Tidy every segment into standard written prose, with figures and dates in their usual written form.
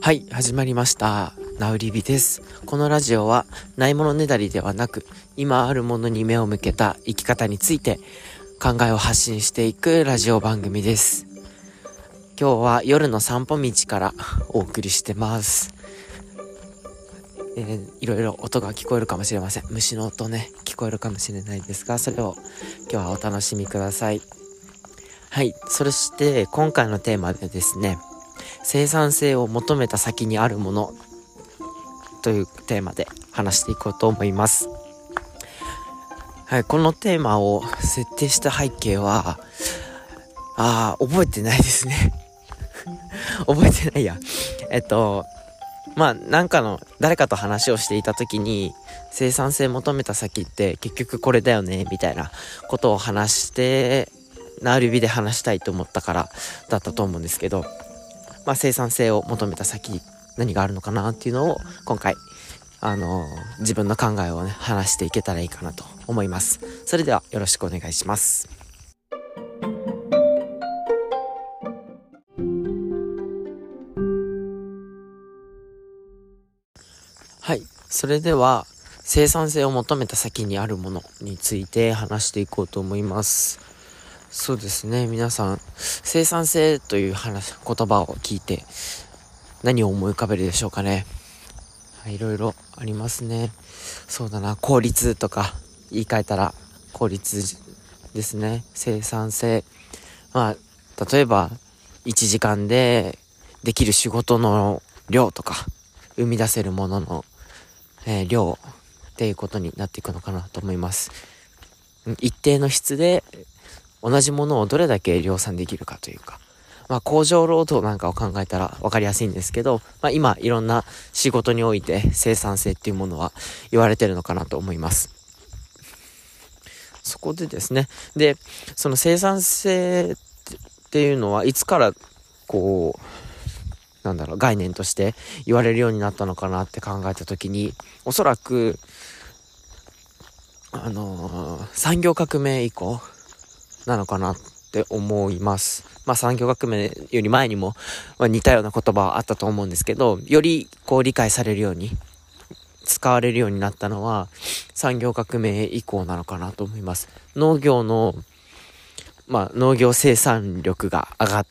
はい、始まりました。ナウリビです。このラジオはないものねだりではなく、今あるものに目を向けた生き方について考えを発信していくラジオ番組です。今日は夜の散歩道からお送りしてます。いろいろ音が聞こえるかもしれません。虫の音ね、聞こえるかもしれないですが、それを今日はお楽しみください。はい、そして今回のテーマでですね、生産性を求めた先にあるものというテーマで話していこうと思います。はい、このテーマを設定した背景は覚えてないですね覚えてないやなんかの誰かと話をしていた時に、生産性求めた先って結局これだよねみたいなことを話して、ナウリビで話したいと思ったからだったと思うんですけど、生産性を求めた先何があるのかなっていうのを今回自分の考えをね話していけたらいいかなと思います。それではよろしくお願いします。はい、それでは生産性を求めた先にあるものについて話していこうと思います。そうですね、皆さん生産性という言葉を聞いて何を思い浮かべるでしょうかね。いろいろありますね。そうだな、効率とか言い換えたら効率ですね。生産性、例えば1時間でできる仕事の量とか生み出せるものの、量っていうことになっていくのかなと思います。一定の質で同じものをどれだけ量産できるかというか、工場労働なんかを考えたら分かりやすいんですけど、今いろんな仕事において生産性っていうものは言われてるのかなと思います。そこでですね、でその生産性っていうのはいつから概念として言われるようになったのかなって考えた時に、おそらく産業革命以降なのかなって思います。産業革命より前にも、似たような言葉はあったと思うんですけど、より理解されるように使われるようになったのは産業革命以降なのかなと思います。農業生産力が上がって、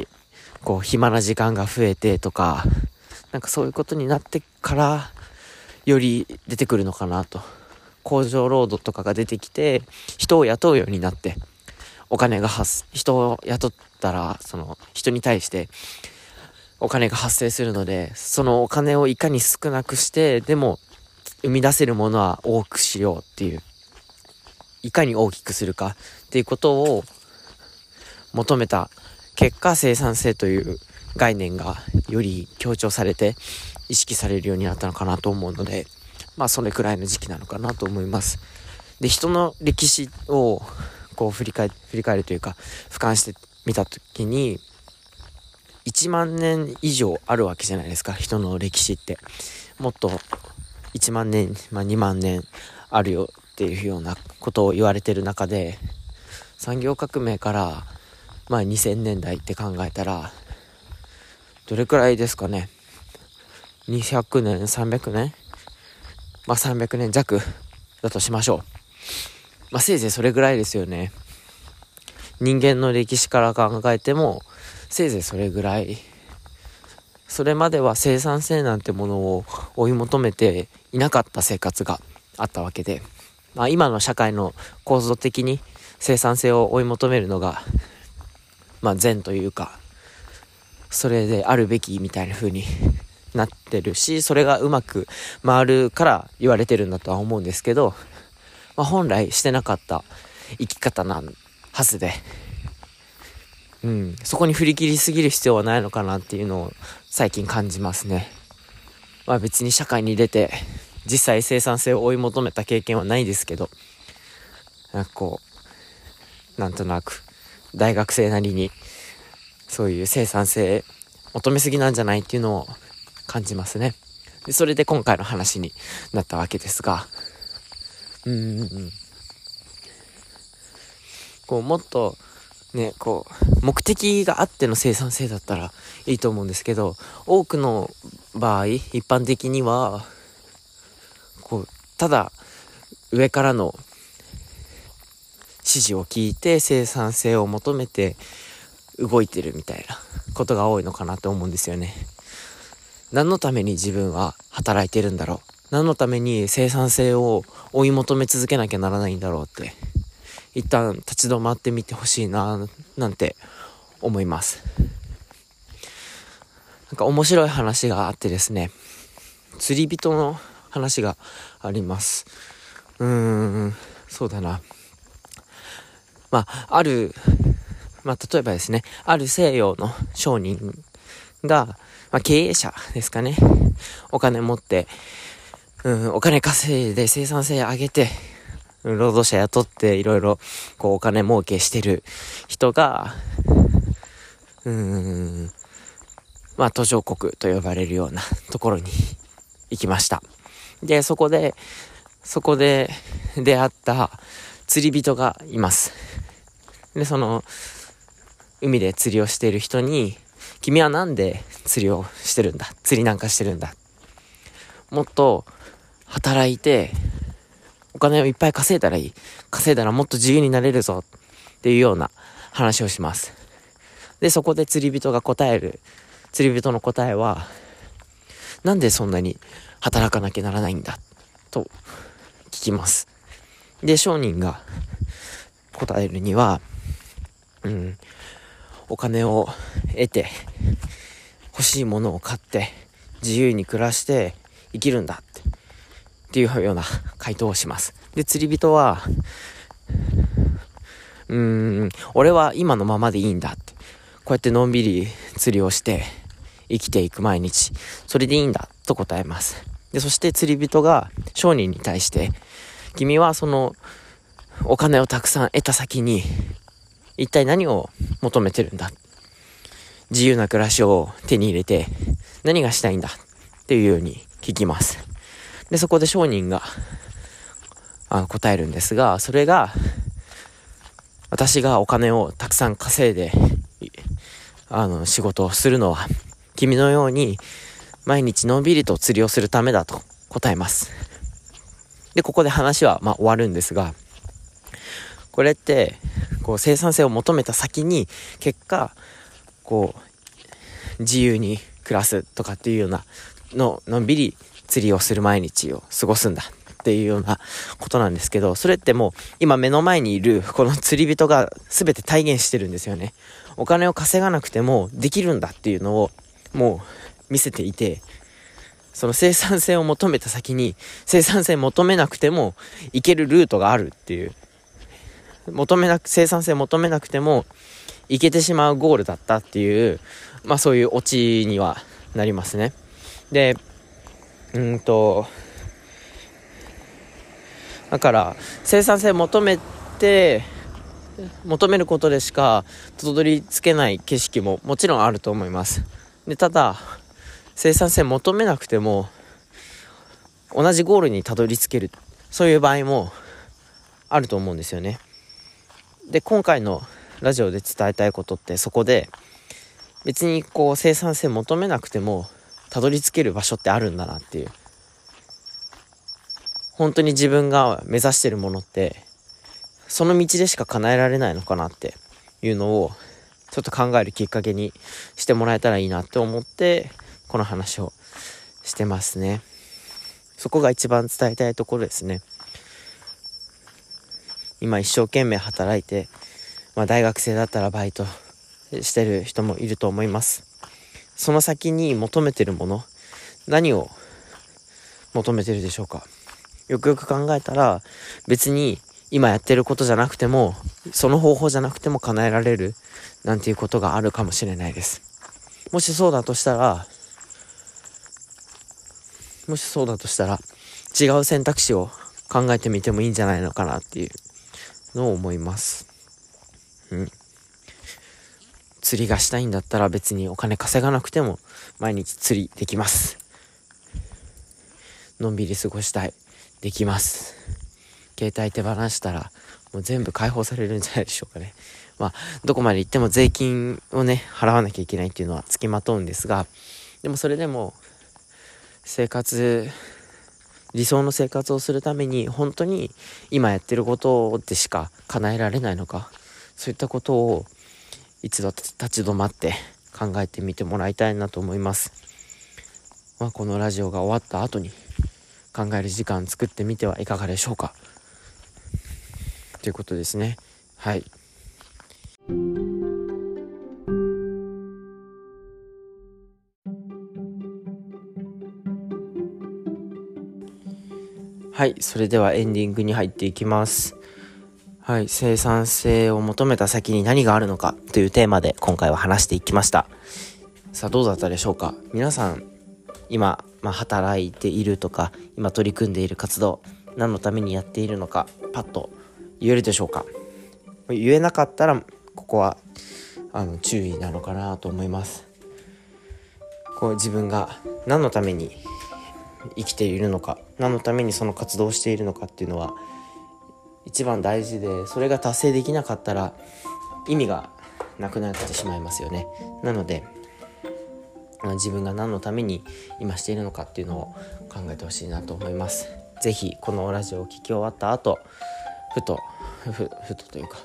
暇な時間が増えてとか、そういうことになってからより出てくるのかなと。工場労働とかが出てきて、人を雇うようになって、人を雇ったらその人に対してお金が発生するので、そのお金をいかに少なくしてでも生み出せるものは多くしようっていう、いかに大きくするかっていうことを求めた結果、生産性という概念がより強調されて意識されるようになったのかなと思うので、それくらいの時期なのかなと思います。で、人の歴史を振り返るというか俯瞰してみたときに、1万年以上あるわけじゃないですか、人の歴史って。もっと1万年、2万年あるよっていうようなことを言われてる中で、産業革命から2000年代って考えたらどれくらいですかね。200年300年300年弱だとしましょう。せいぜいそれぐらいですよね。人間の歴史から考えてもせいぜいそれぐらい。それまでは生産性なんてものを追い求めていなかった生活があったわけで、今の社会の構造的に生産性を追い求めるのが善というか、それであるべきみたいな風になってるし、それがうまく回るから言われてるんだとは思うんですけど、本来してなかった生き方なはずで、そこに振り切りすぎる必要はないのかなっていうのを最近感じますね。別に社会に出て実際生産性を追い求めた経験はないですけど、なんとなく大学生なりにそういう生産性求めすぎなんじゃないっていうのを感じますね。で、それで今回の話になったわけですが、もっとね、こう目的があっての生産性だったらいいと思うんですけど、多くの場合一般的にはこうただ上からの指示を聞いて生産性を求めて動いてるみたいなことが多いのかなと思うんですよね。何のために自分は働いてるんだろう、何のために生産性を追い求め続けなきゃならないんだろうって、一旦立ち止まってみてほしいななんて思います。なんか面白い話があってですね、釣り人の話があります。そうだな。例えばですね、ある西洋の商人が、経営者ですかね、お金持って、お金稼いで生産性上げて、労働者雇っていろいろこうお金儲けしてる人が、途上国と呼ばれるようなところに行きました。で、そこで出会った釣り人がいます。で、その海で釣りをしている人に、君はなんで釣りをしてるんだ、釣りなんかしてるんだ、もっと働いてお金をいっぱい稼いだらいい、稼いだらもっと自由になれるぞっていうような話をします。で、そこで釣り人の答えは、なんでそんなに働かなきゃならないんだと聞きます。で、商人が答えるには、お金を得て欲しいものを買って自由に暮らして生きるんだっていうような回答をします。で、釣り人は俺は今のままでいいんだって、こうやってのんびり釣りをして生きていく毎日、それでいいんだと答えます。で、そして釣り人が商人に対して、君はそのお金をたくさん得た先に一体何を求めてるんだ、自由な暮らしを手に入れて何がしたいんだっていうように聞きます。で、そこで商人が答えるんですが、それが、私がお金をたくさん稼いで仕事をするのは君のように毎日のんびりと釣りをするためだと答えます。で、ここで話は終わるんですが、これってこう生産性を求めた先に結果こう自由に暮らすとかっていうようなのんびり釣りをする毎日を過ごすんだっていうようなことなんですけど、それってもう今目の前にいるこの釣り人が全て体現してるんですよね。お金を稼がなくてもできるんだっていうのをもう見せていて、その生産性を求めた先に生産性求めなくてもいけるルートがあるっていう、生産性求めなくてもいけてしまうゴールだったっていう、そういうオチにはなりますね。で、だから生産性求めることでしかたどり着けない景色ももちろんあると思います。で、ただ生産性求めなくても同じゴールにたどり着ける、そういう場合もあると思うんですよね。で、今回のラジオで伝えたいことってそこで、別にこう生産性求めなくてもたどり着ける場所ってあるんだなっていう、本当に自分が目指してるものってその道でしか叶えられないのかなっていうのをちょっと考えるきっかけにしてもらえたらいいなって思ってこの話をしてますね。そこが一番伝えたいところですね。今一生懸命働いて、大学生だったらバイトしてる人もいると思います。その先に求めてるもの、何を求めてるでしょうか。よくよく考えたら、別に今やってることじゃなくても、その方法じゃなくても叶えられるなんていうことがあるかもしれないです。もしそうだとしたら違う選択肢を考えてみてもいいんじゃないのかなっていうのを思います。釣りがしたいんだったら別にお金稼がなくても毎日釣りできます。のんびり過ごしたい、できます。携帯手放したらもう全部解放されるんじゃないでしょうかね。 どこまで行っても税金をね払わなきゃいけないっていうのはつきまとうんですが、でもそれでも理想の生活をするために本当に今やってることでしか叶えられないのか、そういったことを一度立ち止まって考えてみてもらいたいなと思います。このラジオが終わった後に考える時間作ってみてはいかがでしょうかということですね。はい。はい、それではエンディングに入っていきます。はい、生産性を求めた先に何があるのかというテーマで今回は話していきました。さあどうだったでしょうか。皆さん今、働いているとか今取り組んでいる活動、何のためにやっているのかパッと言えるでしょうか。言えなかったらここは注意なのかなと思います。自分が何のために生きているのか、何のためにその活動をしているのかっていうのは一番大事で、それが達成できなかったら意味がなくなってしまいますよね。なので自分が何のために今しているのかっていうのを考えてほしいなと思います。ぜひこのラジオを聞き終わった後ふとというか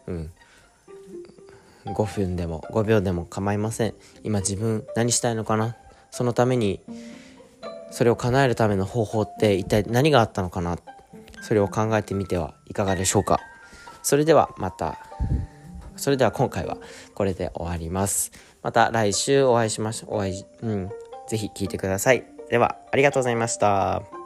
5分でも5秒でも構いません。今自分何したいのかな、そのためにそれを叶えるための方法って一体何があったのかな、それを考えてみてはいかがでしょうか。それでは今回はこれで終わります。また来週お会いしましょう。ぜひ聞いてください。ではありがとうございました。